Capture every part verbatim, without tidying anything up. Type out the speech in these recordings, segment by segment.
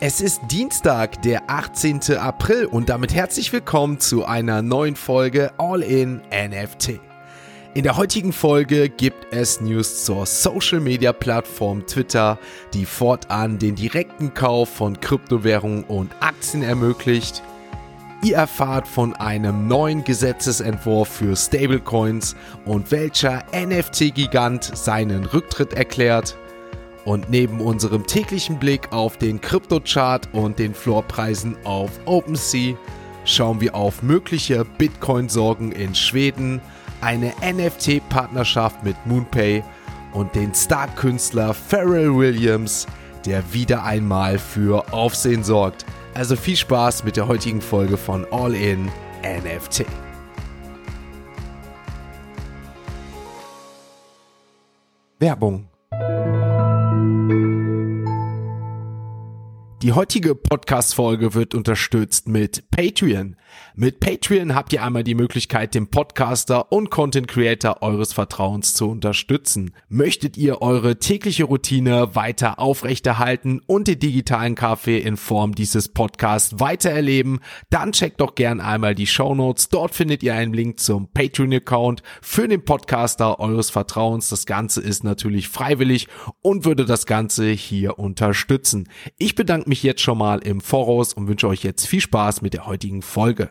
Es ist Dienstag, der achtzehnten April und damit herzlich willkommen zu einer neuen Folge All in N F T. In der heutigen Folge gibt es News zur Social-Media-Plattform Twitter, die fortan den direkten Kauf von Kryptowährungen und Aktien ermöglicht. Ihr erfahrt von einem neuen Gesetzesentwurf für Stablecoins und welcher N F T-Gigant seinen Rücktritt erklärt. Und neben unserem täglichen Blick auf den Kryptochart und den Floorpreisen auf OpenSea schauen wir auf mögliche Bitcoin-Sorgen in Schweden, eine N F T-Partnerschaft mit MoonPay und den Star-Künstler Pharrell Williams, der wieder einmal für Aufsehen sorgt. Also viel Spaß mit der heutigen Folge von All in N F T. Werbung. Die heutige Podcast-Folge wird unterstützt mit Patreon. Mit Patreon habt ihr einmal die Möglichkeit, den Podcaster und Content Creator eures Vertrauens zu unterstützen. Möchtet ihr eure tägliche Routine weiter aufrechterhalten und den digitalen Kaffee in Form dieses Podcasts weiter erleben, dann checkt doch gern einmal die Shownotes. Dort findet ihr einen Link zum Patreon-Account für den Podcaster eures Vertrauens. Das Ganze ist natürlich freiwillig und würde das Ganze hier unterstützen. Ich bedanke mich jetzt schon mal im Voraus und wünsche euch jetzt viel Spaß mit der heutigen Folge.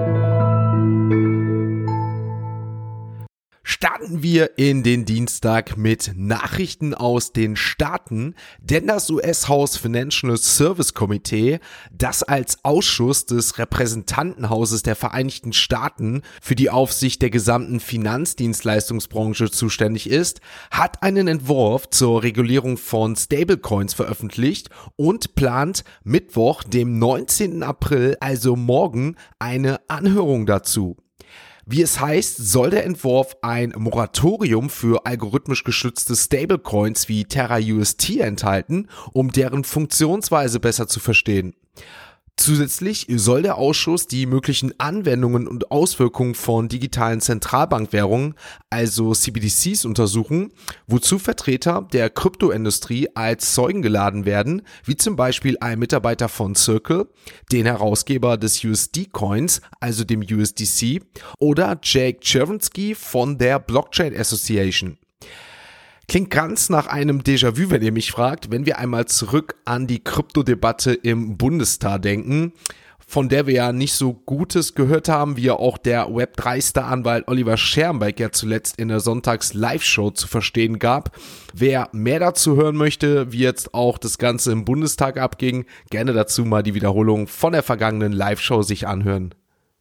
Starten wir in den Dienstag mit Nachrichten aus den Staaten, denn das U S-House Financial Service Committee, das als Ausschuss des Repräsentantenhauses der Vereinigten Staaten für die Aufsicht der gesamten Finanzdienstleistungsbranche zuständig ist, hat einen Entwurf zur Regulierung von Stablecoins veröffentlicht und plant Mittwoch, dem neunzehnten April, also morgen, eine Anhörung dazu. Wie es heißt, soll der Entwurf ein Moratorium für algorithmisch geschützte Stablecoins wie Terra U S T enthalten, um deren Funktionsweise besser zu verstehen. Zusätzlich soll der Ausschuss die möglichen Anwendungen und Auswirkungen von digitalen Zentralbankwährungen, also C B D Cs, untersuchen, wozu Vertreter der Kryptoindustrie als Zeugen geladen werden, wie zum Beispiel ein Mitarbeiter von Circle, den Herausgeber des U S D-Coins, also dem U S D C, oder Jake Chervinsky von der Blockchain Association. Klingt ganz nach einem Déjà-vu, wenn ihr mich fragt, wenn wir einmal zurück an die Kryptodebatte im Bundestag denken, von der wir ja nicht so Gutes gehört haben, wie ja auch der Web drei Star-Anwalt Oliver Schermbeck ja zuletzt in der Sonntags-Live-Show zu verstehen gab. Wer mehr dazu hören möchte, wie jetzt auch das Ganze im Bundestag abging, gerne dazu mal die Wiederholung von der vergangenen Live-Show sich anhören.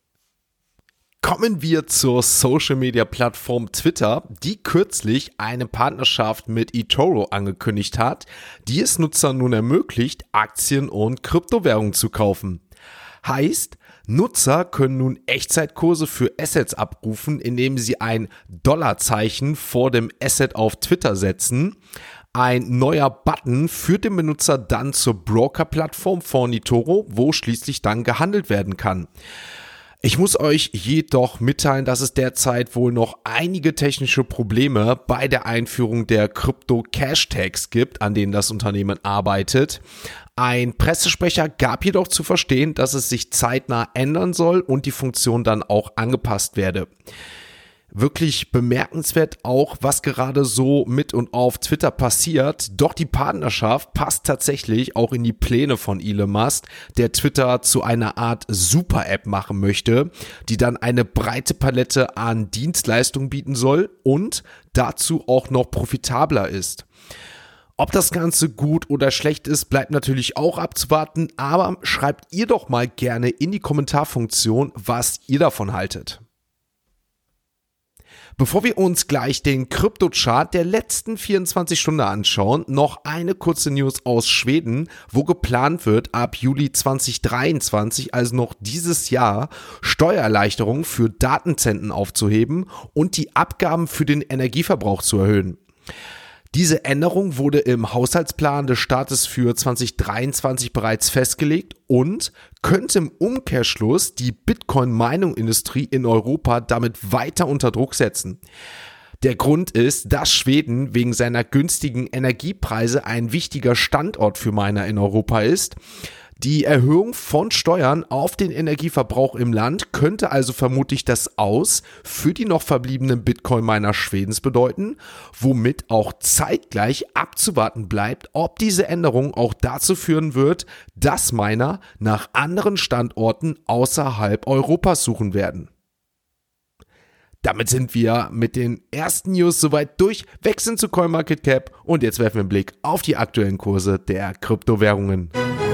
Kommen wir zur Social-Media-Plattform Twitter, die kürzlich eine Partnerschaft mit eToro angekündigt hat, die es Nutzern nun ermöglicht, Aktien und Kryptowährungen zu kaufen. Heißt, Nutzer können nun Echtzeitkurse für Assets abrufen, indem sie ein Dollarzeichen vor dem Asset auf Twitter setzen. Ein neuer Button führt den Benutzer dann zur Broker-Plattform von eToro, wo schließlich dann gehandelt werden kann. Ich muss euch jedoch mitteilen, dass es derzeit wohl noch einige technische Probleme bei der Einführung der Krypto-Cash-Tags gibt, an denen das Unternehmen arbeitet. Ein Pressesprecher gab jedoch zu verstehen, dass es sich zeitnah ändern soll und die Funktion dann auch angepasst werde. Wirklich bemerkenswert auch, was gerade so mit und auf Twitter passiert. Doch die Partnerschaft passt tatsächlich auch in die Pläne von Elon Musk, der Twitter zu einer Art Super-App machen möchte, die dann eine breite Palette an Dienstleistungen bieten soll und dazu auch noch profitabler ist. Ob das Ganze gut oder schlecht ist, bleibt natürlich auch abzuwarten, aber schreibt ihr doch mal gerne in die Kommentarfunktion, was ihr davon haltet. Bevor wir uns gleich den Kryptochart der letzten vierundzwanzig Stunden anschauen, noch eine kurze News aus Schweden, wo geplant wird, ab Juli zwanzig dreiundzwanzig, also noch dieses Jahr, Steuererleichterungen für Datenzentren aufzuheben und die Abgaben für den Energieverbrauch zu erhöhen. Diese Änderung wurde im Haushaltsplan des Staates für zwanzig dreiundzwanzig bereits festgelegt und könnte im Umkehrschluss die Bitcoin-Mining-Industrie in Europa damit weiter unter Druck setzen. Der Grund ist, dass Schweden wegen seiner günstigen Energiepreise ein wichtiger Standort für Miner in Europa ist. Die Erhöhung von Steuern auf den Energieverbrauch im Land könnte also vermutlich das Aus für die noch verbliebenen Bitcoin-Miner Schwedens bedeuten, womit auch zeitgleich abzuwarten bleibt, ob diese Änderung auch dazu führen wird, dass Miner nach anderen Standorten außerhalb Europas suchen werden. Damit sind wir mit den ersten News soweit durch, wechseln zu CoinMarketCap und jetzt werfen wir einen Blick auf die aktuellen Kurse der Kryptowährungen.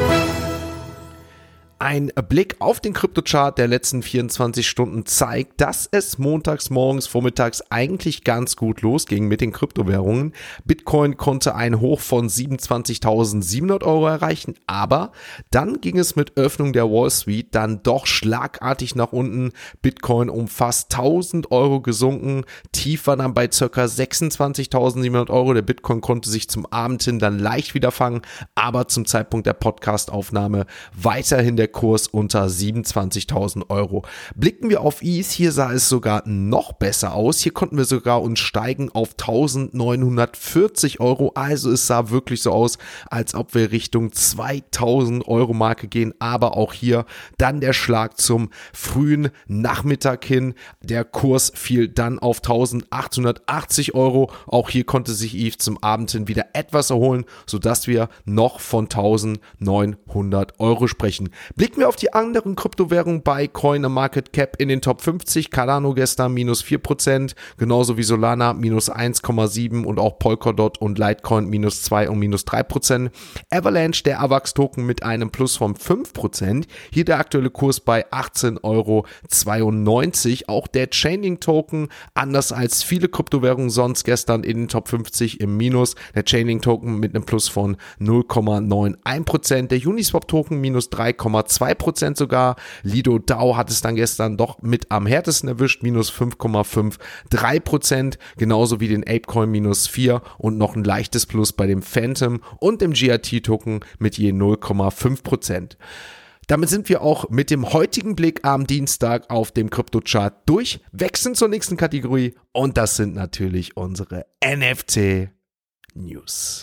Ein Blick auf den Kryptochart der letzten vierundzwanzig Stunden zeigt, dass es montags, morgens, vormittags eigentlich ganz gut losging mit den Kryptowährungen. Bitcoin konnte ein Hoch von siebenundzwanzigtausendsiebenhundert Euro erreichen, aber dann ging es mit Öffnung der Wall Street dann doch schlagartig nach unten. Bitcoin um fast tausend Euro gesunken, tief war dann bei ca. sechsundzwanzigtausendsiebenhundert Euro. Der Bitcoin konnte sich zum Abend hin dann leicht wieder fangen, aber zum Zeitpunkt der Podcast-Aufnahme weiterhin der Kurs unter siebenundzwanzigtausend Euro. Blicken wir auf E T H, hier sah es sogar noch besser aus. Hier konnten wir sogar uns steigen auf eintausendneunhundertvierzig Euro. Also es sah wirklich so aus, als ob wir Richtung zweitausend Euro Marke gehen. Aber auch hier dann der Schlag zum frühen Nachmittag hin. Der Kurs fiel dann auf eintausendachthundertachtzig Euro. Auch hier konnte sich E T H zum Abend hin wieder etwas erholen, sodass wir noch von eintausendneunhundert Euro sprechen. Blicken wir auf die anderen Kryptowährungen bei CoinMarketCap in den Top fünfzig. Cardano gestern minus vier Prozent, genauso wie Solana minus eins Komma sieben und auch Polkadot und Litecoin minus zwei und minus drei Prozent. Avalanche, der AVAX-Token mit einem Plus von fünf Prozent. Hier der aktuelle Kurs bei achtzehn Euro zweiundneunzig. Auch der Chainlink-Token, anders als viele Kryptowährungen sonst gestern in den Top fünfzig im Minus. Der Chainlink-Token mit einem Plus von null Komma einundneunzig Prozent. Der Uniswap-Token minus drei Komma zwei Prozent sogar. Lido D A O hat es dann gestern doch mit am härtesten erwischt, minus fünf Komma drei Prozent, genauso wie den Apecoin minus vier und noch ein leichtes Plus bei dem Phantom und dem G R T-Token mit je null Komma fünf Prozent. Damit sind wir auch mit dem heutigen Blick am Dienstag auf dem Kryptochart durch, wechseln zur nächsten Kategorie und das sind natürlich unsere N F T-News.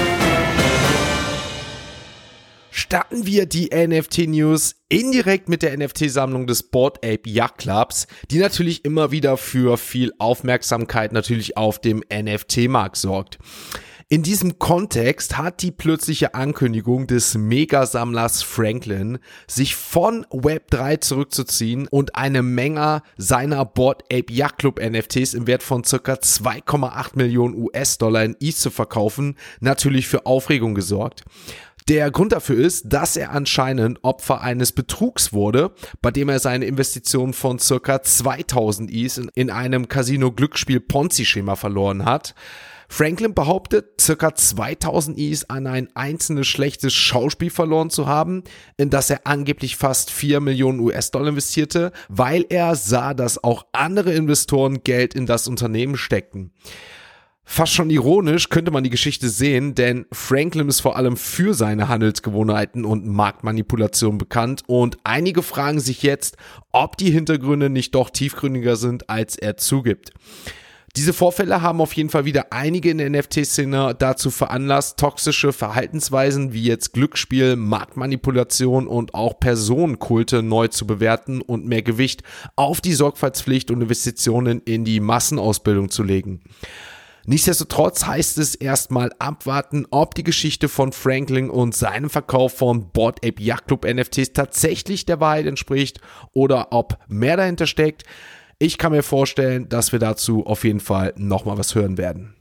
Starten wir die N F T-News indirekt mit der N F T-Sammlung des Bored Ape Yacht Clubs, die natürlich immer wieder für viel Aufmerksamkeit natürlich auf dem N F T-Markt sorgt. In diesem Kontext hat die plötzliche Ankündigung des Megasammlers Franklin, sich von Web drei zurückzuziehen und eine Menge seiner Bored Ape Yacht Club N F Ts im Wert von ca. zwei Komma acht Millionen U S-Dollar in E T H zu verkaufen, natürlich für Aufregung gesorgt. Der Grund dafür ist, dass er anscheinend Opfer eines Betrugs wurde, bei dem er seine Investition von ca. zweitausend E T H in einem Casino-Glücksspiel-Ponzi-Schema verloren hat. Franklin behauptet, ca. zweitausend E T H an ein einzelnes schlechtes Schauspiel verloren zu haben, in das er angeblich fast vier Millionen U S-Dollar investierte, weil er sah, dass auch andere Investoren Geld in das Unternehmen steckten. Fast schon ironisch könnte man die Geschichte sehen, denn Franklin ist vor allem für seine Handelsgewohnheiten und Marktmanipulation bekannt und einige fragen sich jetzt, ob die Hintergründe nicht doch tiefgründiger sind, als er zugibt. Diese Vorfälle haben auf jeden Fall wieder einige in der N F T-Szene dazu veranlasst, toxische Verhaltensweisen wie jetzt Glücksspiel, Marktmanipulation und auch Personenkulte neu zu bewerten und mehr Gewicht auf die Sorgfaltspflicht und Investitionen in die Massenausbildung zu legen. Nichtsdestotrotz heißt es erstmal abwarten, ob die Geschichte von Franklin und seinem Verkauf von Bored Ape Yacht Club N F Ts tatsächlich der Wahrheit entspricht oder ob mehr dahinter steckt. Ich kann mir vorstellen, dass wir dazu auf jeden Fall nochmal was hören werden.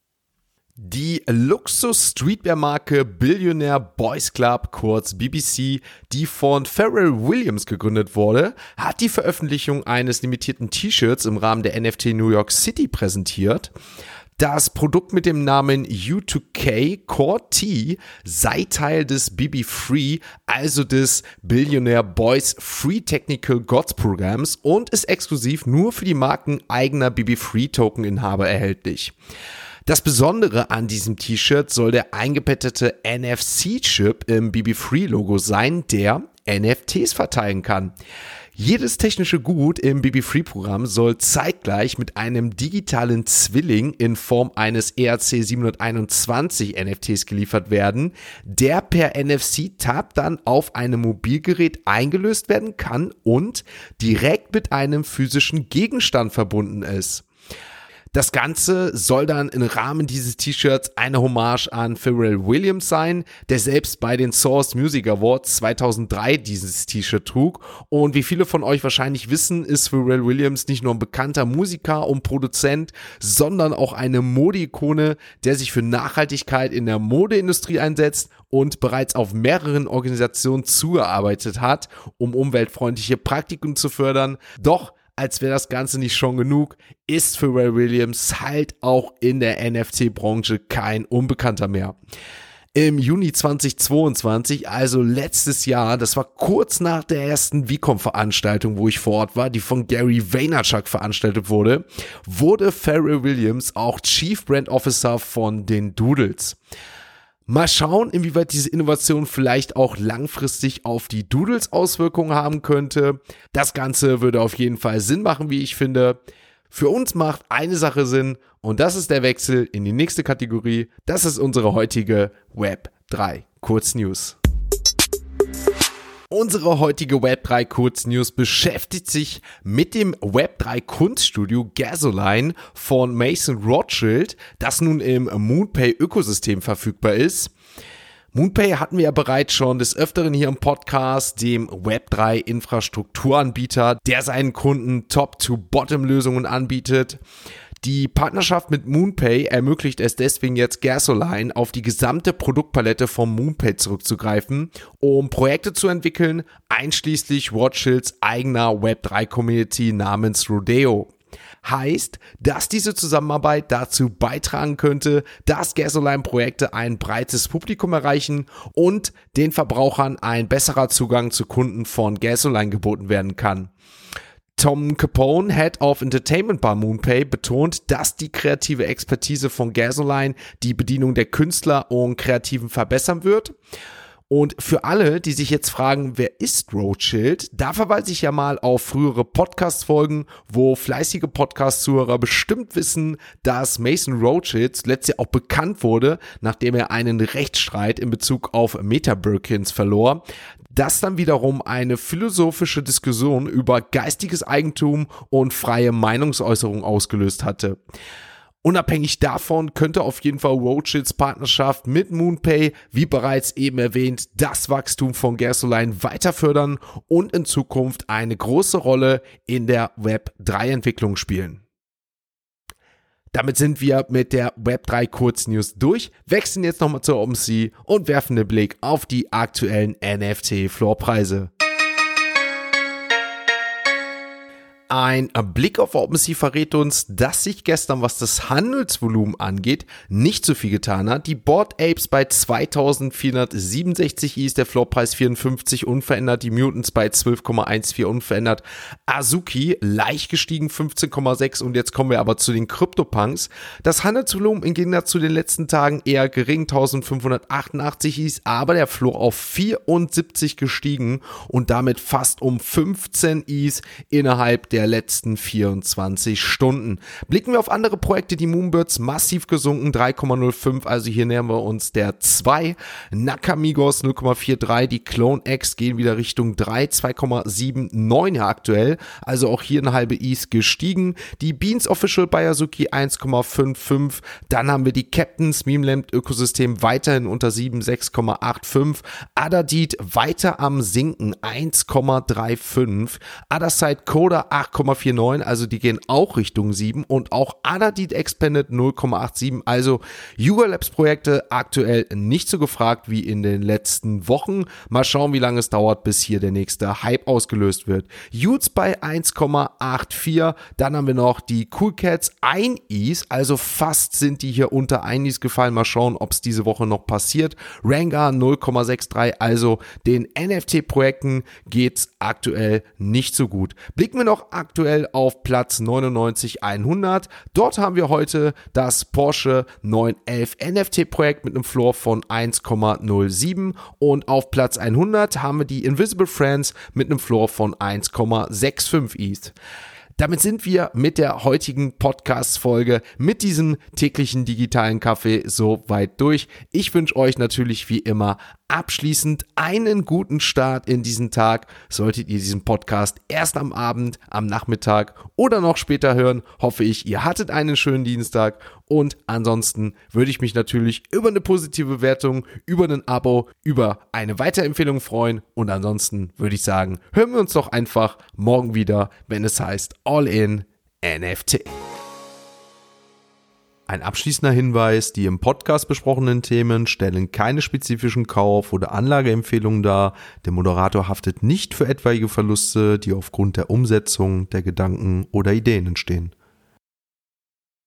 Die Luxus-Streetwear-Marke Billionaire Boys Club, kurz B B C, die von Pharrell Williams gegründet wurde, hat die Veröffentlichung eines limitierten T-Shirts im Rahmen der N F T New York City präsentiert. Das Produkt mit dem Namen U zwei K Core T sei Teil des B B Free, also des Billionaire Boys Free Technical Gods Programms und ist exklusiv nur für die Marken eigener B B Free Token-Inhaber erhältlich. Das Besondere an diesem T-Shirt soll der eingebettete N F C-Chip im B B Free Logo sein, der N F Ts verteilen kann. Jedes technische Gut im B B drei Programm soll zeitgleich mit einem digitalen Zwilling in Form eines E R C siebenhunderteinundzwanzig N F Ts geliefert werden, der per N F C-Tab dann auf einem Mobilgerät eingelöst werden kann und direkt mit einem physischen Gegenstand verbunden ist. Das Ganze soll dann im Rahmen dieses T-Shirts eine Hommage an Pharrell Williams sein, der selbst bei den Source Music Awards zweitausenddrei dieses T-Shirt trug. Und wie viele von euch wahrscheinlich wissen, ist Pharrell Williams nicht nur ein bekannter Musiker und Produzent, sondern auch eine Mode-Ikone, der sich für Nachhaltigkeit in der Modeindustrie einsetzt und bereits auf mehreren Organisationen zugearbeitet hat, um umweltfreundliche Praktiken zu fördern. Doch als wäre das Ganze nicht schon genug, ist Pharrell Williams halt auch in der N F T-Branche kein Unbekannter mehr. Im Juni zweitausendzweiundzwanzig, also letztes Jahr, das war kurz nach der ersten V COM-Veranstaltung, wo ich vor Ort war, die von Gary Vaynerchuk veranstaltet wurde, wurde Pharrell Williams auch Chief Brand Officer von den Doodles. Mal schauen, inwieweit diese Innovation vielleicht auch langfristig auf die Doodles Auswirkungen haben könnte. Das Ganze würde auf jeden Fall Sinn machen, wie ich finde. Für uns macht eine Sache Sinn und das ist der Wechsel in die nächste Kategorie. Das ist unsere heutige Web drei Kurznews. Unsere heutige Web drei Kurznews beschäftigt sich mit dem Web drei Kunststudio Gasoline von Mason Rothschild, das nun im MoonPay-Ökosystem verfügbar ist. MoonPay hatten wir ja bereits schon des Öfteren hier im Podcast, dem Web drei Infrastrukturanbieter, der seinen Kunden Top-to-Bottom-Lösungen anbietet. Die Partnerschaft mit MoonPay ermöglicht es deswegen jetzt Gasoline auf die gesamte Produktpalette von MoonPay zurückzugreifen, um Projekte zu entwickeln, einschließlich Rothschilds eigener Web drei Community namens Rodeo. Heißt, dass diese Zusammenarbeit dazu beitragen könnte, dass Gasoline-Projekte ein breites Publikum erreichen und den Verbrauchern ein besserer Zugang zu Kunden von Gasoline geboten werden kann. Tom Capone, Head of Entertainment bei MoonPay, betont, dass die kreative Expertise von Gasoline die Bedienung der Künstler und Kreativen verbessern wird. Und für alle, die sich jetzt fragen, wer ist Rothschild, da verweise ich ja mal auf frühere Podcast-Folgen, wo fleißige Podcast-Zuhörer bestimmt wissen, dass Mason Rothschild letztes Jahr auch bekannt wurde, nachdem er einen Rechtsstreit in Bezug auf Meta-Birkins verlor. Das dann wiederum eine philosophische Diskussion über geistiges Eigentum und freie Meinungsäußerung ausgelöst hatte. Unabhängig davon könnte auf jeden Fall Rothschilds Partnerschaft mit MoonPay, wie bereits eben erwähnt, das Wachstum von Gasoline weiter fördern und in Zukunft eine große Rolle in der Web drei Entwicklung spielen. Damit sind wir mit der Web drei Kurznews durch, wechseln jetzt nochmal zur OpenSea und werfen den Blick auf die aktuellen N F T-Floorpreise. Ein Blick auf OpenSea verrät uns, dass sich gestern, was das Handelsvolumen angeht, nicht so viel getan hat. Die Bored Apes bei zweitausendvierhundertsiebenundsechzig E T H, der Floorpreis vierundfünfzig unverändert, die Mutants bei zwölf Komma vierzehn unverändert, Azuki leicht gestiegen fünfzehn Komma sechs und jetzt kommen wir aber zu den CryptoPunks. Das Handelsvolumen im Gegensatz zu den letzten Tagen eher gering, eintausendfünfhundertachtundachtzig E T H, aber der Floor auf vierundsiebzig gestiegen und damit fast um fünfzehn E T H innerhalb der der letzten vierundzwanzig Stunden. Blicken wir auf andere Projekte, die Moonbirds massiv gesunken, drei Komma null fünf, also hier nähern wir uns der zwei. Nakamigos null Komma dreiundvierzig, die Clone X gehen wieder Richtung drei, zwei Komma neunundsiebzig aktuell, also auch hier eine halbe E T H gestiegen. Die Beans Official bei Azuki eins Komma fünfundfünfzig, dann haben wir die Captains Memeland Ökosystem weiterhin unter sieben, sechs Komma fünfundachtzig, Adadit weiter am sinken, eins Komma fünfunddreißig, Otherside Coda acht Komma neunundvierzig, also die gehen auch Richtung sieben und auch Adadit Expanded null Komma siebenundachtzig, also Yuga Labs Projekte aktuell nicht so gefragt wie in den letzten Wochen. Mal schauen, wie lange es dauert, bis hier der nächste Hype ausgelöst wird. Utes bei eins Komma vierundachtzig, dann haben wir noch die Cool Cats ein E T H, also fast sind die hier unter ein E T H gefallen. Mal schauen, ob es diese Woche noch passiert. Ranga null Komma dreiundsechzig, also den N F T-Projekten geht's aktuell nicht so gut. Blicken wir noch aktuell auf Platz neunundneunzig hundert. Dort haben wir heute das Porsche neun elf N F T-Projekt mit einem Floor von eins Komma null sieben und auf Platz hundert haben wir die Invisible Friends mit einem Floor von eins Komma fünfundsechzig E T H. Damit sind wir mit der heutigen Podcast-Folge, mit diesem täglichen digitalen Kaffee so weit durch. Ich wünsche euch natürlich wie immer abschließend einen guten Start in diesen Tag. Solltet ihr diesen Podcast erst am Abend, am Nachmittag oder noch später hören, hoffe ich, ihr hattet einen schönen Dienstag. Und ansonsten würde ich mich natürlich über eine positive Bewertung, über ein Abo, über eine Weiterempfehlung freuen. Und ansonsten würde ich sagen, hören wir uns doch einfach morgen wieder, wenn es heißt All in N F T. Ein abschließender Hinweis, die im Podcast besprochenen Themen stellen keine spezifischen Kauf- oder Anlageempfehlungen dar. Der Moderator haftet nicht für etwaige Verluste, die aufgrund der Umsetzung der Gedanken oder Ideen entstehen.